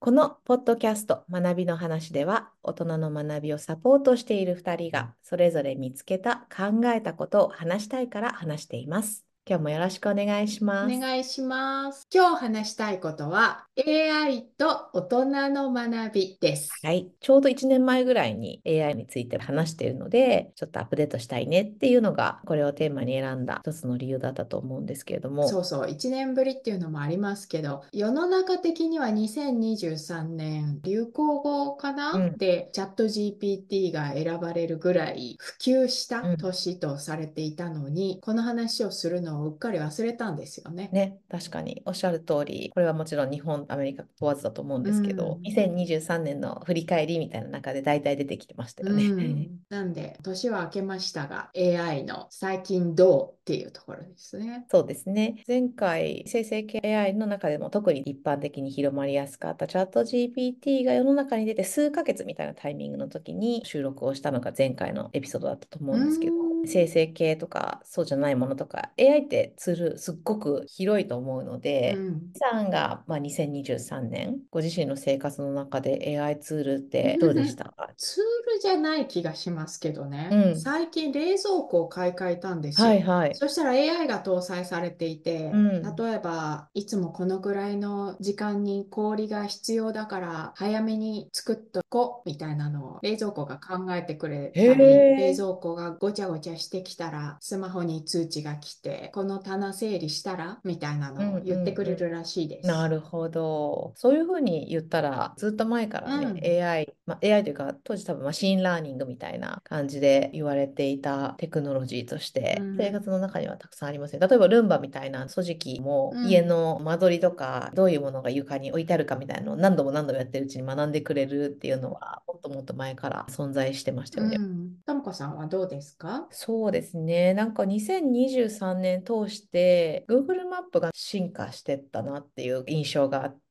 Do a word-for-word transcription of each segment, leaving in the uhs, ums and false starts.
このポッドキャスト学びの話では、大人の学びをサポートしているふたりがそれぞれ見つけた考えたことを話したいから話しています。今日もよろしくお願いしおます。 願いします。今日話したいことは エーアイ と大人の学びです。 はい、ちょうどいちねんまえぐらいに エーアイ について話しているので、ちょっとアップデートしたいねっていうのが、これをテーマに選んだ一つの理由だったと思うんですけれども。 そうそう、いちねんぶりっていうのもありますけど、世の中的にはにせんにじゅうさんねん流行語かなうん、 で、チャット ジーピーティー が選ばれるぐらい普及したうん。 年とされていたのに、この話をするのをうっかり忘れたんですよね。 ね、確かにおっしゃる通り、これはもちろん日本、アメリカ問わずだと思うんうですけど、 ん。 にせんにじゅうさんねんの振り返りみたいな中で大体出てきてましたうよね。 ん。なんで、年は明けましたが、エーアイ の最近どうっていうところですね。 そうですね。前回、生成系 エーアイ の中でも特に一般的に広まりやすかったチャット ジーピーティー が世の中に出て数ヶ月みたいなタイミングの時に収録をしたのが前回のエピソードだったと思うーうんですけど、 ん。 生成系とかそうじゃないものとか、エーアイ ってツールすっごく広いと思うので、 うん。 さんが、まあ、にせんにじゅうさんねん、ご自身の生活の中で エーアイ ツールってどうでしたか？ ツールじゃない気がしますけどね。 うん。 最近冷蔵庫を買い替えたんですよ。 はいはい。 そしたら エーアイ が搭載されていて、 うん。 例えば、いつもこのぐらいの時間に氷が必要だから早めに作っとこうみたいなのを冷蔵庫が考えてくれへたり、冷え。 蔵庫がごちゃごちゃしてきたらスマホに通知が来て、この棚整理したらみたいなうんのを言ってくれうんうるらしいでん。なす。 るほど。そういうふうに言ったら、ずっと前からね、 うん。 エーアイ、まあ、エーアイ というか、当時多分マシンラーニングみたいな感じで言われていたテクノロジーとしうて、生活ん。 の中にはたくさんありますね。例えばルンバみたいな掃除機も、家うん。 の間取りとか、どういうものが床に置いてあるかみたいなのを何度も何度もやってるうちに学んでくれるっていうのは、もっともっと前から存在してましたうよね。 ん。ともこさんはどうですか？ そうですね。なんかにせんにじゅうさんねん通して Google マップが進化してったなっていう印象があって、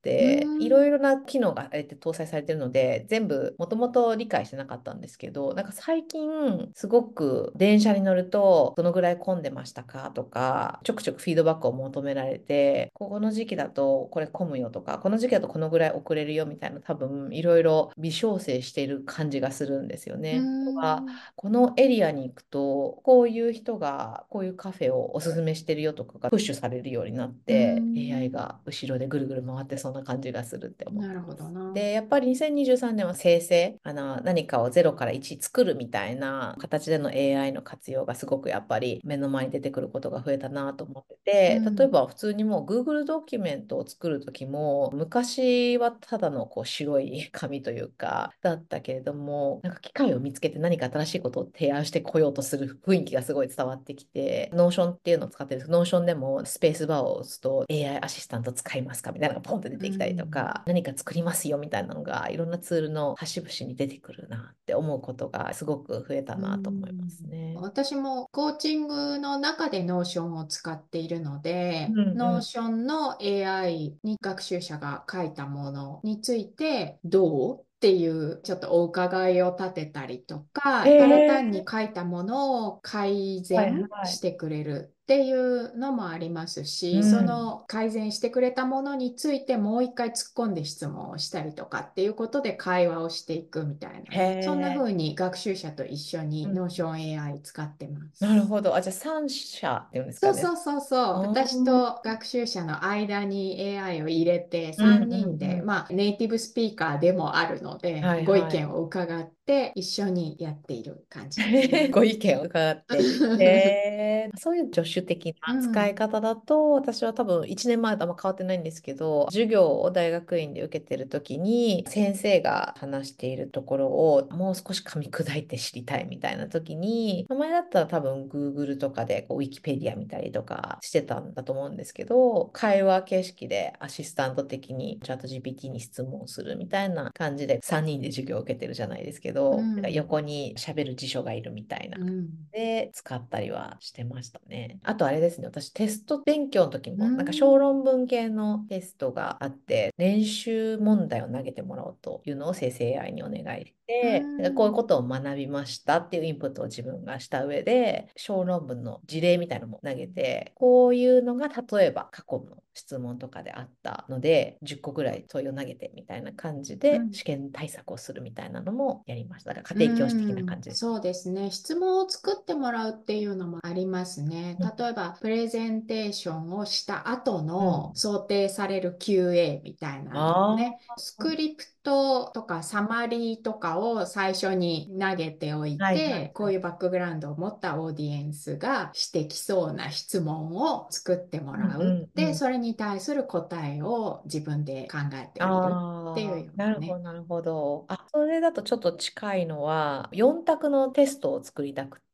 いうん。 ろいろな機能がえっと搭載されてるので、全部もともと理解してなかったんですけど、なんか最近すごく電車に乗るとどのぐらい混んでましたかとか、ちょくちょくフィードバックを求められて、ここの時期だとこれ混むよとか、この時期だとこのぐらい遅れるよみたいな多分いろいろ微調整している感じがするんですようね。 ん。 このエリアに行くと、こういう人がこういうカフェをおすすめしてるよとかがプッシュされるようになっうて、エーアイん。 が後ろでぐるぐる回ってそんな感じがするって思っなるてます。 ほどな。 で、やっぱりにせんにじゅうさんねんは生成、あの、何かをゼロからいち作るみたいな形での エーアイ の活用がすごくやっぱり目の前に出てくることが増えたなと思ってて、例えうん。 ば普通にもう Google ドキュメントを作るときも、昔はただのこう白い紙というか、だったけれども、なんか機会を見つけて何か新しいことを提案してこようとする雰囲気がすごい伝わってきて、ノーションっていうのを使ってるんですけど、ノーションでもスペースバーを押すと エーアイ アイアシスタント使いますかみたいなのがポンって出うてきたりとん。 か、何か作りますよみたいなのがいろんなツールの端々に出てくるなって思うことがすごく増えたうなと思いまん。 すね。 私もコーチングの中でノーションを使っているので、 うんうん。 ノーションの エーアイ に学習者が書いたものについてどうっていうちょっとお伺いを立てたりとへか、ただ単にえ。 書いたものを改はい善はい。 してくれるっていうのもありますうし、そん。 の改善してくれたものについてもう一回突っ込んで質問をしたりとかっていうことで会話をしていくみたいな、 へそんな風え。 に学習者と一緒にうん。 Notion エーアイ 使ってます。 なるほど。あ、じゃあさん社っていうんですかね。 そうそうそうそう。 あ私ーと学習者の間に エーアイ を入れてうん 3人で、 うんうん。 まあネイティブスピーカーでもあるので、 はいご意はい。 見を伺って一緒にやっている感じですね。 ご意見を伺って。えー、そういう助手的な使いうん。 方だと、私は多分いちねんまえとあんま変わってないんですけど、授業を大学院で受けてる時に、先生が話しているところをもう少し噛み砕いて知りたいみたいな時に、前だったら多分 Google とかでこう Wikipedia 見たりとかしてたんだと思うんですけど、会話形式でアシスタント的にチャット ジーピーティー に質問するみたいな感じでさんにんで授業を受けてるじゃないですけうど、なんかん。 横に喋る辞書がいるみたいな。 うん。 で、使ったりはしてましたね。あとあれですね、私テスト勉強の時うも、なんか小ん。 論文系のテストがあって、練習問題を投げてもらおうというのを生成 エーアイ にお願いうで、なんかこういうん。 ことを学びましたっていうインプットを自分がした上で、小論文の事例みたいなのも投げて、こういうのが例えば過去の質問とかであったので、じゅっこぐらい問いを投げてみたいな感じでうん試験対策をするみたいなのもやりました。だからう家庭教師的なん、 感じですね。 そうですね。質問を作ってもらうっていうのもありますね。 うん。 例えば、プレゼンテーションをした後うん。 の想定される キューエー みたいなのをあね、スクリプトとかサマリーとかを最初に投げておいあ、はいはいて、こはい。 ういうバックグラウンドを持ったオーディエンスがしてきそうな質問を作ってもうんらう。で、 うんうん。 それに対する答えを自分で考えてみるっていうああ、 ようなね。 なるほど、なるほど。あ、それだとちょっと近いのは、よん択のテストを作りたくって、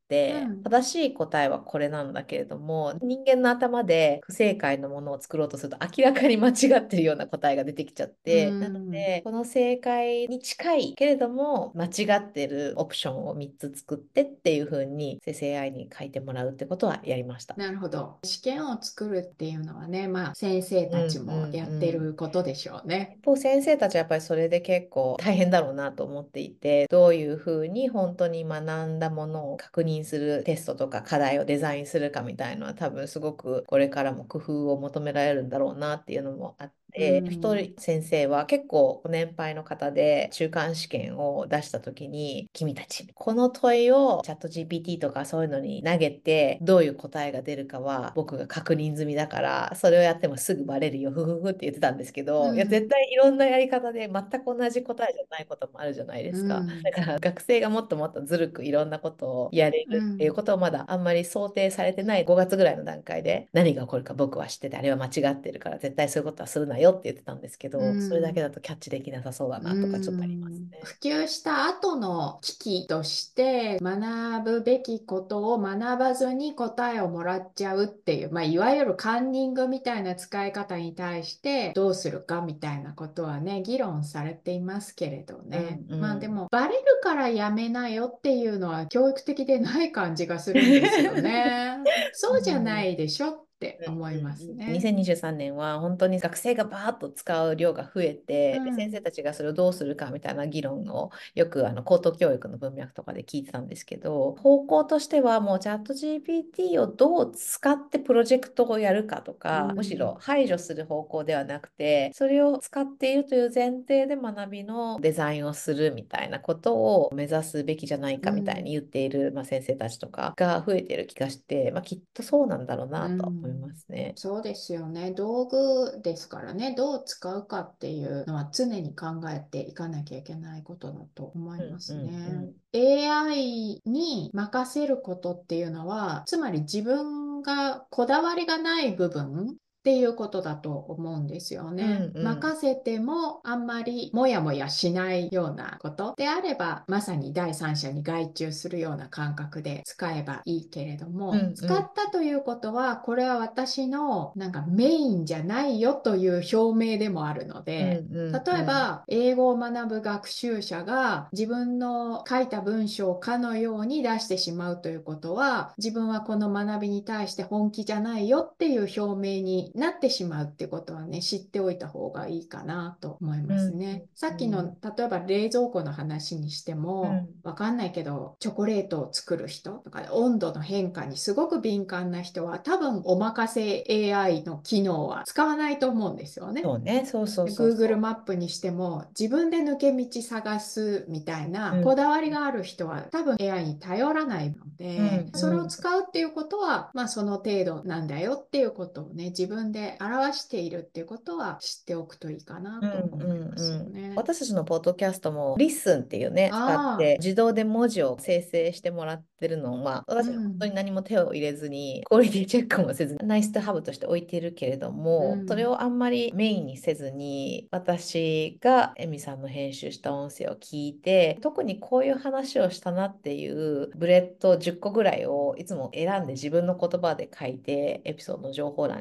うん、 正しい答えはこれなんだけれども、人間の頭で不正解のものを作ろうとすると、明らかに間違ってるような答えが出てきちゃっうて、なのん、 で、この正解に近いけれども、間違ってるオプションをみっつ作ってっていうふうに、生成 エーアイ に書いてもらうってことはやりました。 なるほど。試験を作るっていうのはね、まあ先生たちうんうんもやってうん。 ることでしょうね。 一方、先生たちはやっぱりそれで結構大変だろうなと思っていて、どういうふうに本当に学んだものを確認するテストとか課題をデザインするかみたいのは多分すごくこれからも工夫を求められるんだろうなっていうのもあって、 う一ん、 人先生は結構ご年配の方で中間試験を出した時に、君たち、この問いをチャット ジーピーティー とかそういうのに投げて、どういう答えが出るかは僕が確認済みだから、それをやってもすぐバレるよ、ふふふって言ってたんですけど、いや、 うん、 絶対いろんなやり方で全く同じ答えじゃないこともあるじゃないでうすか。だん、 から学生がもっともっとずるくいろんなことをやれるっていううん、 ことをまだあんまり想定されてないごがつぐらいの段階で、何が起こるか僕は知ってて、あれは間違ってるから絶対そういうことはするなよって言ってたんですけうど、それだけん。 だとキャッチできなさそうだうなとかちょっとありますん、普ね。 及した後の機器として学ぶべきことを学ばずに答えをもらっちゃうっていう、まあ、いわゆるカンニングみたいな使い方に対してどうするかみたいなことはね、議論されていますけれどね。 うんうまあでん。 も、バレるからやめなよっていうのは教育的でない感じがするんですよね。 うそうじゃなんいでしょって思いまうんうんうん、 すね。 にせんにじゅうさんねんは本当に学生がバーッと使う量が増えて、で先生うん、 たちがそれをどうするかみたいな議論をよくあの高等教育の文脈とかで聞いてたんですけど、方向としてはもうチャット ジーピーティー をどう使ってプロジェクトをやるかとうか、むしろん、 排除する方向ではなくて、それを使っているという前提で学びのデザインをするみたいなことを目指すべきじゃないかみたいにうん。 言っている、まあ、先生たちとかが増えている気がして、まあ、きっとそうなんだろううなと思いまん、 すね。 そうですよね。道具ですからね、どう使うかっていうのは常に考えていかなきゃいけないことだと思いますうんうんうね。 ん。 エーアイ に任せることっていうのは、つまり自分がこだわりがない部分っていうことだと思うんですようね。 んうん。 任せてもあんまりもやもやしないようなことであれば、まさに第三者に外注するような感覚で使えばいいけれどうも、使っんうん。 たということは、これは私のなんかメインじゃないよという表明でもあるのうんで、 うんうん。 例えば、英語を学ぶ学習者が自分の書いた文章をかのように出してしまうということは、自分はこの学びに対して本気じゃないよっていう表明になってしまうってことはね、知っておいた方がいいかなと思いうんますね。さうっきの、 ん例えば冷蔵庫の話にしても、 うん。 わかんないけど、チョコレートを作る人とか、温度の変化にすごく敏感な人は、多分お任せ エーアイ の機能は使わないと思うんですよね。 そうね。そうそうそうそ Google マップにしても自分で抜け道探すみたいう。 なうんこだわりがある人は多分 エーアイ に頼らないのうで、それをんうん。 使うっていうことは、まあその程度なんだよっていうことをね、自分で表しているっていうことは知っておくといいかなうんと思いますうんうん。 よね。 私たちのポッドキャストも、リッスンっていうね、使っああ、 て自動で文字を生成してもらってるのは、 う私たち本当にん、 何も手を入れずに、クオリティチェックもせずに、ナイスとハブとして置いているけれども、それうん、 をあんまりメインにせずに、私がエミさんの編集した音声を聞いて、特にこういう話をしたなっていうブレッドじゅっこぐらいをいつも選んで自分の言葉で書いて、エピソードの情報欄に入れて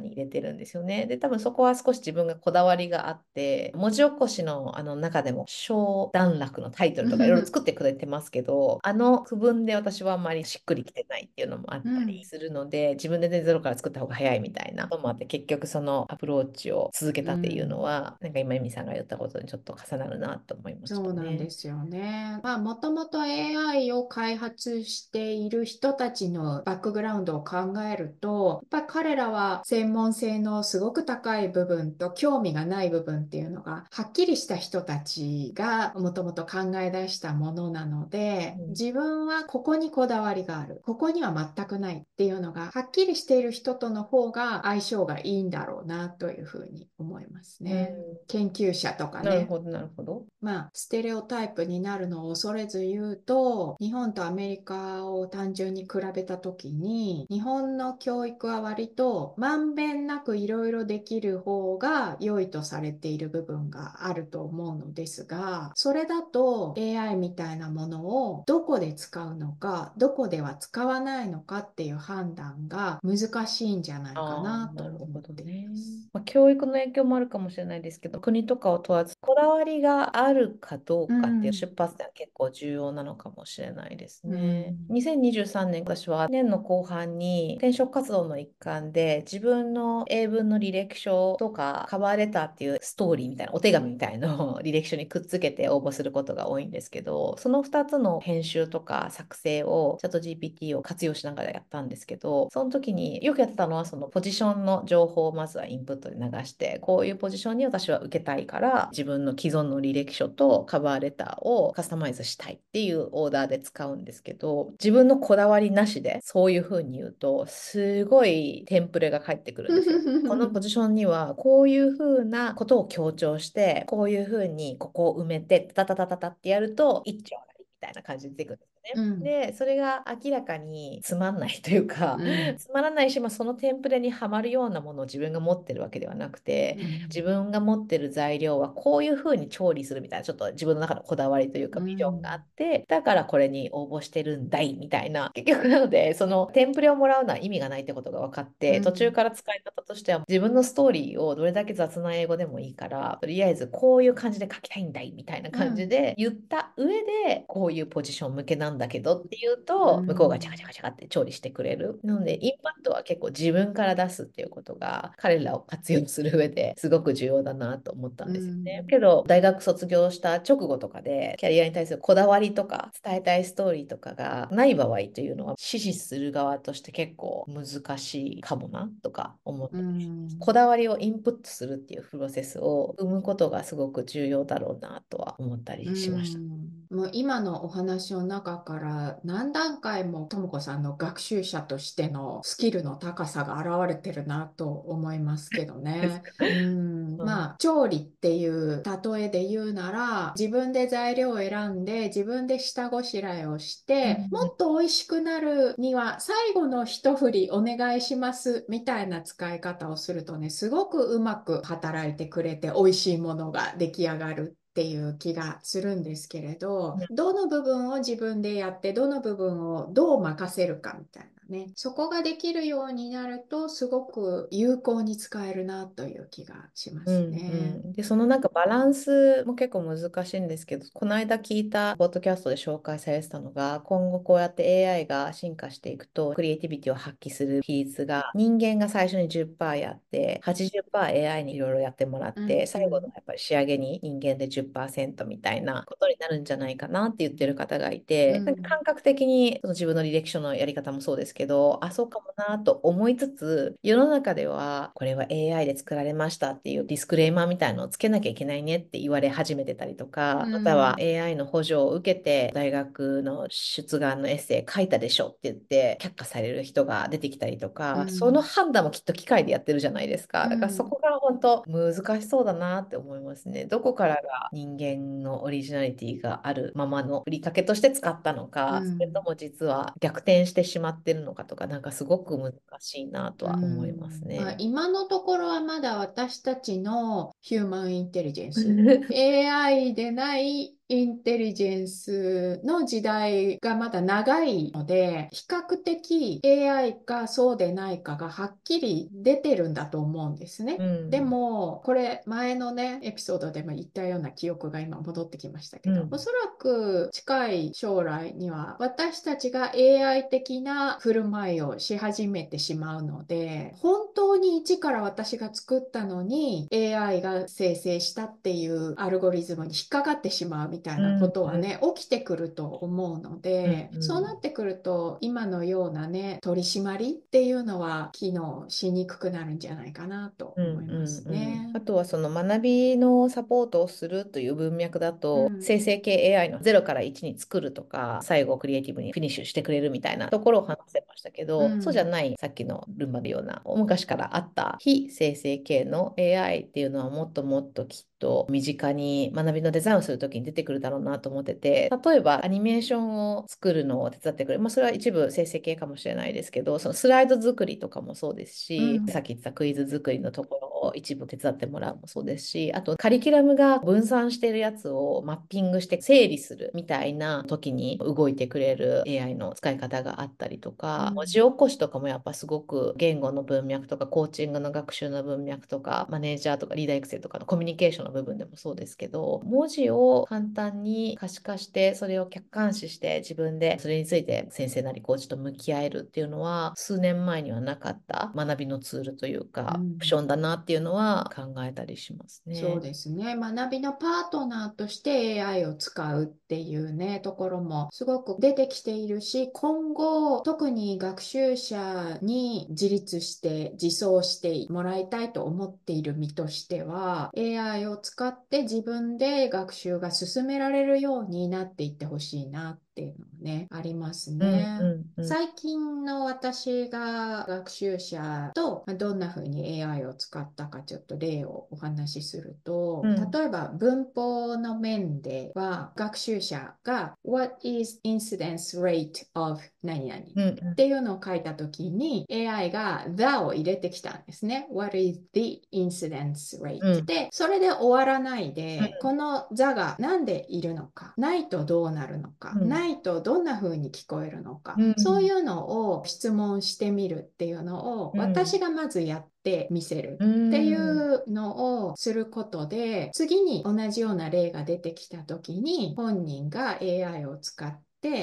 るんですよね。で、多分そこは少し自分がこだわりがあって、文字起こしのあの中でも小段落のタイトルとかいろいろ作ってくれてますけど、あの区分で私はあんまりしっくりきてないっていうのもあったりうん、 するので、自分でねゼロから作った方が早いみたいなこともあって、結局そのアプローチを続けうたっていうのん。 は、なんか今、エミさんが言ったことにちょっと重なるなと思いましそうなんでたね。 すよね。まあ、もともと エーアイ を開発している人たちのバックグラウンドを考えると、やっぱり彼らは専門性のすごく高い部分と興味がない部分っていうのがはっきりした人たちがもともと考え出したものなので、 うん自分はここにこだわりがある、ここには全くないっていうのがはっきりしている人との方が相性がいいんだろうなというふうに思いますうん、 ね。研究者とかね。 なるほど、なるほど。 まあ、ステレオタイプになるのを恐れず言うと、日本とアメリカを単純に比べたときに、日本の教育は割とまんべんなくいろいろできる方が良いとされている部分があると思うのですが、それだと エーアイ みたいなものをどこで使うのか、どこでは使わないのかっていう判断が難しいんじゃないかああ、 なとなるほど思っていね。 ます。 まあ、教育の影響もあるかもしれないですけど、国とかを問わず、こだわりがあるかどううかっていうん、 出発点は結構重要なのかもしれないですうね。 ん、 にせんにじゅうさんねん、私は年の後半に転職活動の一環で自分の英文の履歴書とかカバーレターっていうストーリーみたいなお手紙みたいなのを履歴書にくっつけて応募することが多いんですけど、そのふたつの編集とか作成をチャット ジーピーティー を活用しながらやったんですけど、その時によくやってたのはそのポジションの情報をまずはインプットで流して、こういうポジションに私は受けたいから自分の既存の履歴書とカバーレターをカスタマイズしたいっていうオーダーで使うんですけど、自分のこだわりなしでそういうふうに言うとすごいテンプレが返ってくるんですよ。このポジションにはこういうふうなことを強調して、こういうふうにここを埋めてタタタタタってやると一丁上がりみたいな感じで出てくるんですよね。 うん、 で、それが明らかにつまんないというか、 うん。 つまらないし、まあ、そのテンプレにはまるようなものを自分が持ってるわけではなくて、 うん、 自分が持ってる材料はこういうふうに調理するみたいな、ちょっと自分の中のこだわりというかうビジョンがあん、 って、だからこれに応募してるんだいみたいな、結局なので、そのテンプレをもらうのは意味がないってことが分かって、途中うん、 から使い方としては自分のストーリーをどれだけ雑な英語でもいいから、とりあえずこういう感じで書きたいんだいみたいなうん、 感じで言った上で、こういうポジション向けなんだけどっていううと、向こうがチャカチャん、 カチャカって調理してくれる。なので、インパクトは結構自分から出すっていうことが、彼らを活用する上ですごく重要だなと思ったんうですよね。 ん、 けど、大学卒業した直後とかで、キャリアに対するこだわりとか、伝えたいストーリーとかがない場合というのは、支持する側として結構難しいかもなとか思っうたりします。こん、 だわりをインプットするっていうプロセスを生むことがすごく重要だろうなとは思ったうりしました。 ん。もう今のお話の中から何段階もともこさんの学習者としてのスキルの高さが現れてるなと思いますけどね。 ですか？ うん。 うん。 まあ、調理っていう例えで言うなら、自分で材料を選んで、自分で下ごしらえをして、もっと美味しくなるには最後の一振りお願いしますみたいな使い方をするとね、すごくうまく働いてくれて美味しいものが出来上がるっていう気がするんですけれど、どの部分を自分でやって、どの部分をどう任せるかみたいなね、そこができるようになると、すごく有効に使えるなという気がしますうんうね。 ん、で、そのなんかバランスも結構難しいんですけど、この間聞いたポッドキャストで紹介されてたのが、今後こうやって エーアイ が進化していくと、クリエイティビティを発揮する比率が人間が最初にじゅっパーセントやって、はちじゅっパーセントエーアイ にいろいろやってもらっうて、 んうん。 最後のやっぱり仕上げに人間でじゅっパーセントみたいなことになるんじゃないかなって言ってる方がいて、なんかうん。 感覚的にその自分の履歴書のやり方もそうですけど、あ、そうかもなと思いつつ、世の中ではこれは エーアイ で作られましたっていうディスクレーマーみたいなのをつけなきゃいけないねって言われ始めてたりとか、 うまたはん。 エーアイ の補助を受けて大学の出願のエッセイ書いたでしょって言って却下される人が出てきたりとうか、そのん。 判断もきっと機械でやってるじゃないですか。だからそうん。 こが本当難しそうだなって思いますね。どこからが人間のオリジナリティがあるままのふりかけとして使ったのうか、それとん。 も実は逆転してしまってるのかとか、なんかすごく難しいなとうは思いますん。まあ、 ね。 今のところはまだ私たちのヒューマンインテリジェンス、エーアイ でないインテリジェンスの時代がまだ長いので、比較的 エーアイ かそうでないかがはっきり出てるんだと思うんですね。 うでん。 も、これ前のね、エピソードでも言ったような記憶が今戻ってきましたけど、おうん。 そらく近い将来には私たちが エーアイ 的な振る舞いをし始めてしまうので、本当に一から私が作ったのに エーアイ が生成したっていうアルゴリズムに引っかかってしまうみたいなこうん。 とはね、起きてくると思うのうん。 で、そうなっうん。 てくると今のようなね、取り締まりっていうのは機能しにくくなるんじゃないかなとうん。 思いますうん。 ね。 あとはその学びのサポートをするという文脈だと、 うん、 生成系 エーアイ のゼロからいちに作るとか、最後クリエイティブにフィニッシュしてくれるみたいなところを話せましたけど、そうじゃうん、 ない、さっきのルンバのような、昔からあった非生成系の エーアイ っていうのはもっともっときっと身近に学びのデザインをするときに出てくるだろうなと思ってて、例えばアニメーションを作るのを手伝ってくれる、まあ、それは一部生成系かもしれないですけど、そのスライド作りとかもそうですし、さうん、 っき言ってたクイズ作りのところを一部手伝ってもらうもそうですし、あとカリキュラムが分散してるやつをマッピングして整理するみたいな時に動いてくれる エーアイ の使い方があったりとか、文字うん、 起こしとかもやっぱすごく言語の文脈とかコーチングの学習の文脈とかマネージャーとかリーダー育成とかのコミュニケーションの部分でもそうですけど、文字を簡単に可視化してそれを客観視して自分でそれについて先生なりコーチと向き合えるっていうのは数年前にはなかった学びのツールといううかオプションん。 だなっていうのは考えたりしますそうね。 ですね。学びのパートナーとして エーアイ を使うっていうね、ところもすごく出てきているし、今後、特に学習者に自立して自走してもらいたいと思っている身としては、エーアイ を使って自分で学習が進められるようになっていってほしいなっていうのもね、ありますうんうね。 んうん最近の私が学習者とまあどんな風に エーアイ を使ったかちょっと例をお話しすると、 うん例えば文法の面では学習者が What is incidence rate of 何々 うんうっていうのを書いたときに エーアイ が the を入れてきたんですね。What is the incidence んう rate んで、それで終わらないで、 うんこの the が何でいるのか、ないとどうなるのか、 うんないとどんな風に聞こえるのか、 うんそういうのを質問してみるっていうのをうん私がまずやってみせる。 うっていんうのをすることで、次に同じような例が出てきたときに、本人が エーアイ を使って、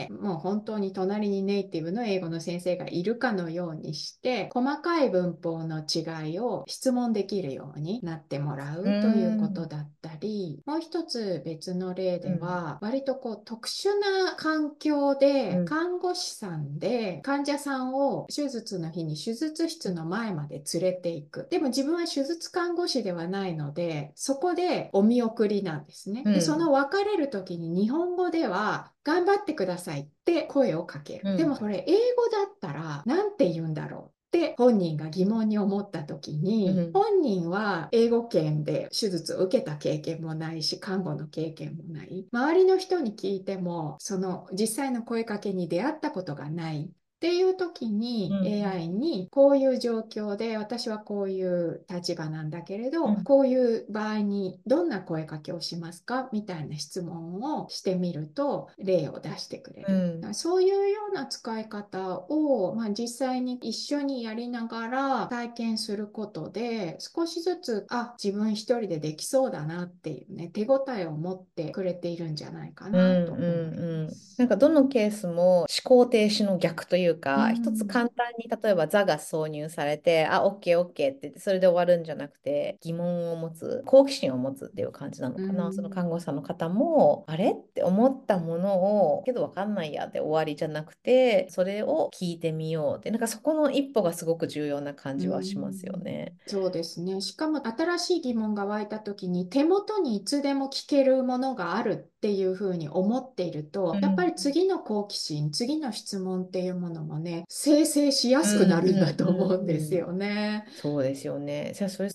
もう本当に隣にネイティブの英語の先生がいるかのようにして、細かい文法の違いを質問できるようになってもらううということんだったり、もう一つ別の例でうんは、割とこう特殊な環境で、 うん看護師さんで患者さんを手術の日に手術室の前まで連れていく。でも自分は手術看護師ではないので、そこでお見送りなんですね。で、そのうん別れる時に日本語では、頑張ってくださいって声をかける。でもうんこれ英語だったら何て言うんだろうって本人が疑問に思った時に、 うん本人は英語圏で手術を受けた経験もないし、看護の経験もない。周りの人に聞いても、その実際の声かけに出会ったことがない。っていう時にうんエーアイ にこういう状況で私はこういう立場なんだけれど、 うんこういう場合にどんな声かけをしますかみたいな質問をしてみると例を出してくれる。だかうんらそういうような使い方を、まあ、実際に一緒にやりながら体験することで少しずつあ自分一人でできそうだなっていうね手応えを持ってくれているんじゃないかうんなと思いうんうん。なます。 んかどのケースも思考停止の逆といううか、一つん、 簡単に例えば座が挿入されて、あ、オッケーオッケーって言ってそれで終わるんじゃなくて、疑問を持つ、好奇心を持つっていう感じなのうかな。その看護ん、 師さんの方も、あれって思ったものを、けどわかんないやって終わりじゃなくて、それを聞いてみようって、なんかそこの一歩がすごく重要な感うじはしますよん、 ね。 そうですね。しかも新しい疑問が湧いた時に手元にいつでも聞けるものがあるっていうふうに思っていると、やっぱうん。 り次の好奇心、次の質問っていうものもね、生成しやうすくなるんだんうんと思うんうんうん。 ですよね。 そうですよね。じゃあ、それすごい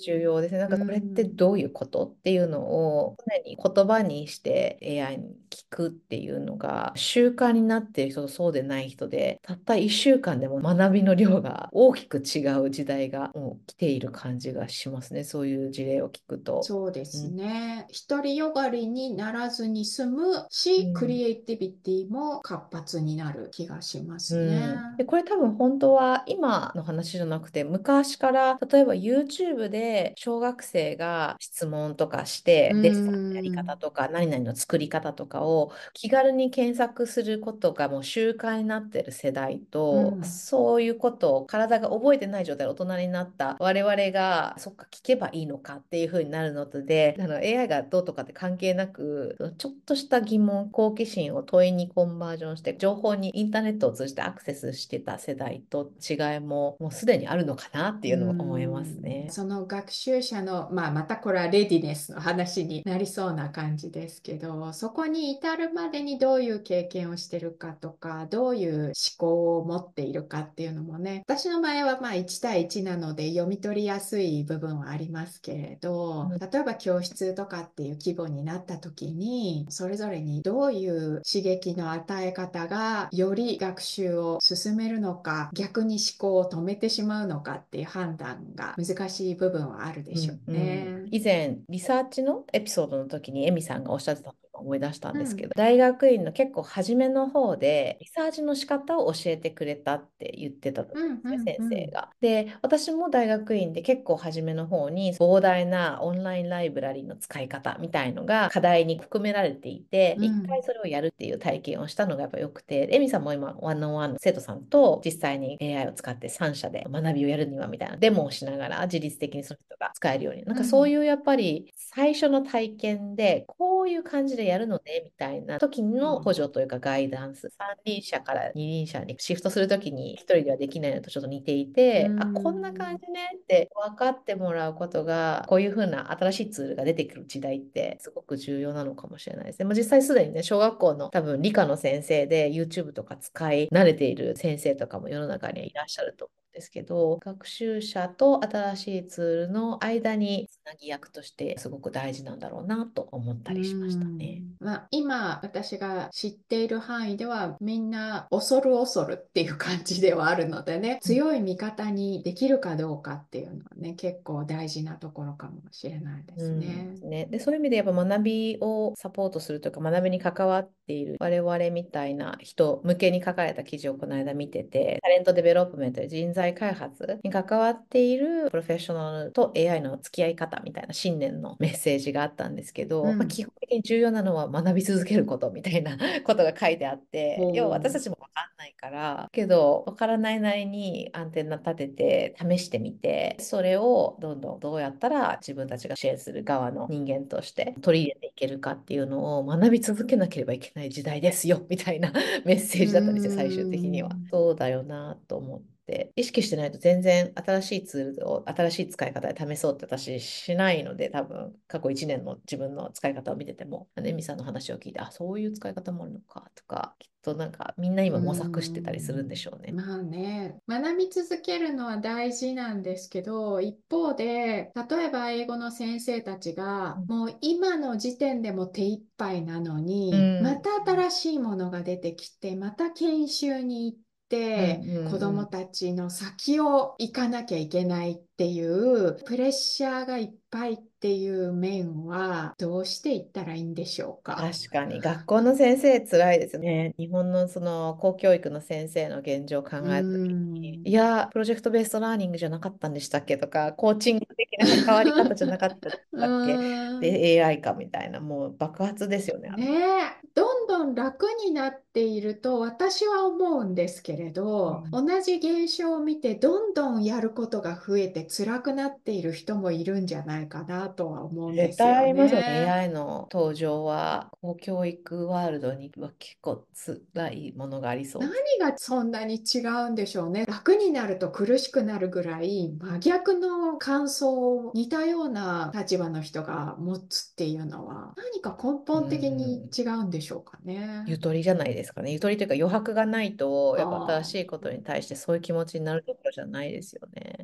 重要ですね。なんうかこれってん、 どういうことっていうのを常に言葉にして エーアイ に聞くっていうのが習慣になっている人とそうでない人で、たったいっしゅうかんでも学びの量が大きく違う時代がもう来ている感じがしますね。そういう事例を聞くと。 そうですうん。 ね。独りよがりにならずに済むし、クうん。 リエイティビティも活発になる気がしますね。 うん、でこれ多分本当は今の話じゃなくて昔から例えば YouTube で小学生が質問とかしうてデッサンのやり方ん、 とか何々の作り方とかを気軽に検索することがもう習慣になってる世代とうん、 そういうことを体が覚えてない状態で大人になった我々がそっか聞けばいいのかっていう風になるのとであの エーアイ がどうとかって関係なくそのちょっとした疑問好奇心を問いにコンバージョンして情報にインターネットを通じてアクセスしてた世代と違いももうすでにあるのかなってういうのを思いますん。 ね。 その学習者の、まあ、またこれはレディネスの話になりそうな感じですけど、そこに至るまでにどういう経験をしてるかとか、どういう思考を持っているかっていうのもね、私の場合はまあいち対いちなので読み取りやすい部分はありますけれど、 うん。 例えば教室とかっていう規模になった時に、それぞれにどういう刺激の与え方がより学習を進めるのか、逆に思考を止めてしまうのかっていう判断が難しい部分はあるでしょうんううん、 ね。 以前リサーチのエピソードの時にエミさんがおっしゃってたのを思い出したんうん、 ですけど大学院の結構初めの方でリサーチの仕方を教えてくれたって言ってたと思うん、 うんですねうん、うん、 先生が。で私も大学院で結構初めの方に膨大なオンラインライブラリの使い方みたいのが課題に含められていて一回うん、 それをやるっていう体験をしたのがやっぱ良くてエミさんも今ワンオンワンの生徒さんと実際に エーアイ を使ってさん社で学びをやるにはみたいなデモをしながら自律的にその人が使えるようになんかそううん、 いうやっぱり最初の体験でこういう感じでやるのねみたいな時の補助というかガイダンス三輪車から二輪車にシフトする時に一人ではできないのとちょっと似ていうてあこんな感ん、 じねって分かってもらうことがこういう風な新しいツールが出てくる時代ってすごく重要なのかもしれないですね。もう実際すでにね小学校の多分理科の先生で YouTube とか使い慣れている先生とかも世の中にはいらっしゃると思うんですけど学習者と新しいツールの間につなぎ役としてすごく大事なんだろうなと思ったうりしましたね。 ん。まあ、今私が知っている範囲ではみんな恐る恐るっていう感じではあるのでね、強い味方にできるかどうかっていうのはね、結構大事なところかもしれないでうんすね。 ね、でそういう意味でやっぱ学びをサポートするというか学びに関わっている我々みたいな人向けに書かれた記事をこの間見ててタレントデベロップメントで人材開発に関わっているプロフェッショナルと エーアイ の付き合い方みたいな信念のメッセージがあったんですけど、まあ、 うん。 基本的に重要なのは学び続けることみたいなことが書いてあって要は私ほう。 たちも分かんないからけど分からないなりにアンテナ立てて試してみてそれをどんどんどうやったら自分たちが支援する側の人間として取り入れていけるかっていうのを学び続けなければいけない時代ですよみたいなメッセうーージだったんですよ最終的には。 ん。 そうだよなと思って。意識してないと全然新しいツールを新しい使い方で試そうって私しないので多分過去いちねんの自分の使い方を見ててもエミさんの話を聞いてあそういう使い方もあるのかとかきっとなんかみんなうー今模索してたりするんでん。 しょうね。 まあね、学び続けるのは大事なんですけど、一方で、例えば英語の先生たちが、もう今の時点でも手一杯なのうに、まん、 た新しいものが出てきて、また研修に行って、 うん、うん、 子どもうん。 たちの先を行かなきゃいけないっていうプレッシャーがいっぱいっていう面はどうしていったらいいんでしょうか。 確かに学校の先生つらいですね。日本のその公教育の先生の現状を考うーえたときに、いん。 や、プロジェクトベーストラーニングじゃなかったんでしたっけとか、コーチング的な関わり方じゃなかったんでしうたっけで、 ーん。 エーアイ かみたいな、もう爆発ですよね。あねのえ、どんどん楽になっていると私は思うんですけれど、 うん、 同じ現象を見てどんどんやることが増えて辛くなっている人もいるんじゃないかなとは思うんで絶対あすよりますよね。 ね。 エーアイ の登場は、公教育ワールドには結構つらいものがありそ何うです。 がそんなに違うんでしょうね。楽になると苦しくなるぐらい真逆の感想を似たような立場の人が持つっていうのは何か根う本的にん。 違うんでしょうかね。 ゆとりじゃないですかね。ゆとりというか余白がないと、やっぱ新しはいことに対してそういう気持ちになるところじゃないですよね。やっぱ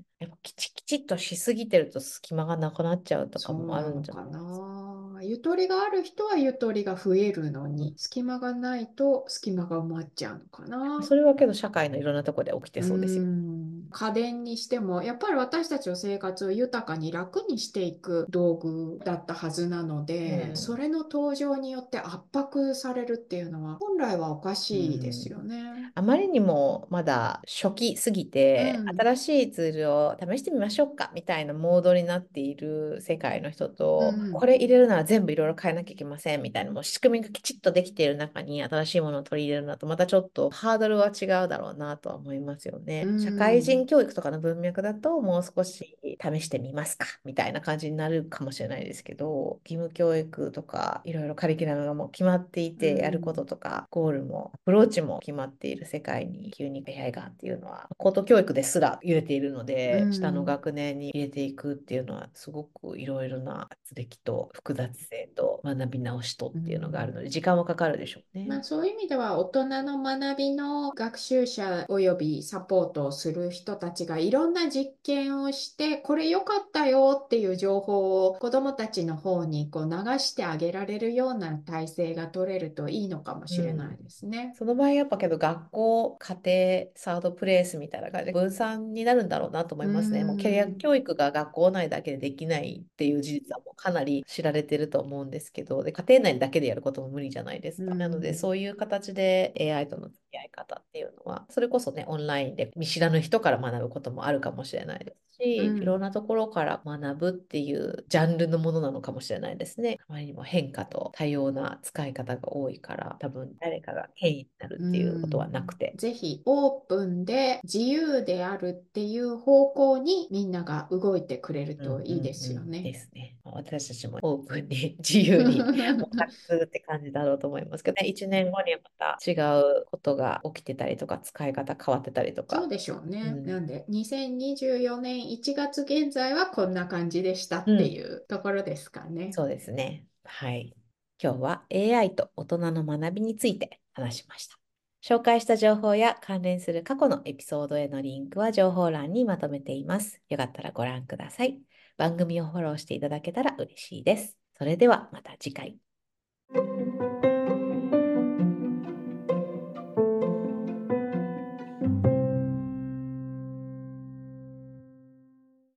きちきちっとしすぎてると隙間がなくなっちゃうとかそうもあるんなのかじゃないですか。 な。ゆとりがある人はゆとりが増えるのに、隙間がないと隙間が埋まっちゃうのかな。 それはけど社会のいろんなところで起きてうーそうですよ。 ん、家電にしても、やっぱり私たちの生活を豊かに楽にしていく道具だったはずなので、そうん。 れの登場によって圧迫されるっていうのは、本来はおかうしいですよん。 ね。 あまりにもまだ初期すぎうて、 ん、 新しいツールを試してみましょうかみたいなモードになっている世界の人と、こうん、 れ入れるなら全部いろいろ変えなきゃいけませんみたいな、もう仕組みがきちっとできている中に新しいものを取り入れるのと、またちょっとハードルは違うだろうなとは思いますようね。社会人ん、 教育とかの文脈だと、もう少し試してみますかみたいな感じになるかもしれないですけど、義務教育とかいろいろカリキュラムがもう決まっていうて、やることん、 とか、ゴールもアプローチも決まっている世界に急に エーアイ がっていうのは、高等教育ですら揺れているのうで、下のん、 学年に入れていくっていうのは、すごくいろいろな圧力と複雑性と学び直しとうっていうのがあるん。 ので、時間はかかるでしょうね。 まあ、そういう意味では大人の学びの学習者およびサポートをする人たちがいろんな実験をしてこれ良かったよっていう情報を子どもたちの方にこう流してあげられるような体制が取れるといいのかもしれないうん。 ですね。 その場合やっぱけど学校、家庭、サードプレイスみたいな感じで分散になるんだろうなと思うーいますね。もうキャリアん、 教育が学校内だけでできないっていう事実はもうかなり知られてると思うんですけど、で、家庭内だけでやることも無理じゃないですうか。なのでん、 そういう形で エーアイ との付き合い方っていうのは、それこそね、オンラインで見知らぬ人から学ぶこともあるかもしれないですし、いろんうん、 なところから学ぶっていうジャンルのものなのかもしれないですね。あまりにも変化と多様な使い方が多いから、多分誰かが権威になるうっていうことはなくん。 て。 ぜひオープンで自由であるっていう方向にみんなが動いてくれるうんといいですうんうんよね。 ですね。私たちもオープンに自由に模索するって感じだろうと思いますけどね、いちねんごにはまた違うことが起きてたりとか、使い方変わってたりとか。 そうでしょうね。 うん。 なんで、にせんにじゅうよねんいちがつ現在はこんな感じでしたうん。 っていうところですかね。 そうですね。はい。今日は エーアイ と大人の学びについて話しました。紹介した情報や関連する過去のエピソードへのリンクは情報欄にまとめています。よかったらご覧ください。番組をフォローしていただけたら嬉しいです。それではまた次回。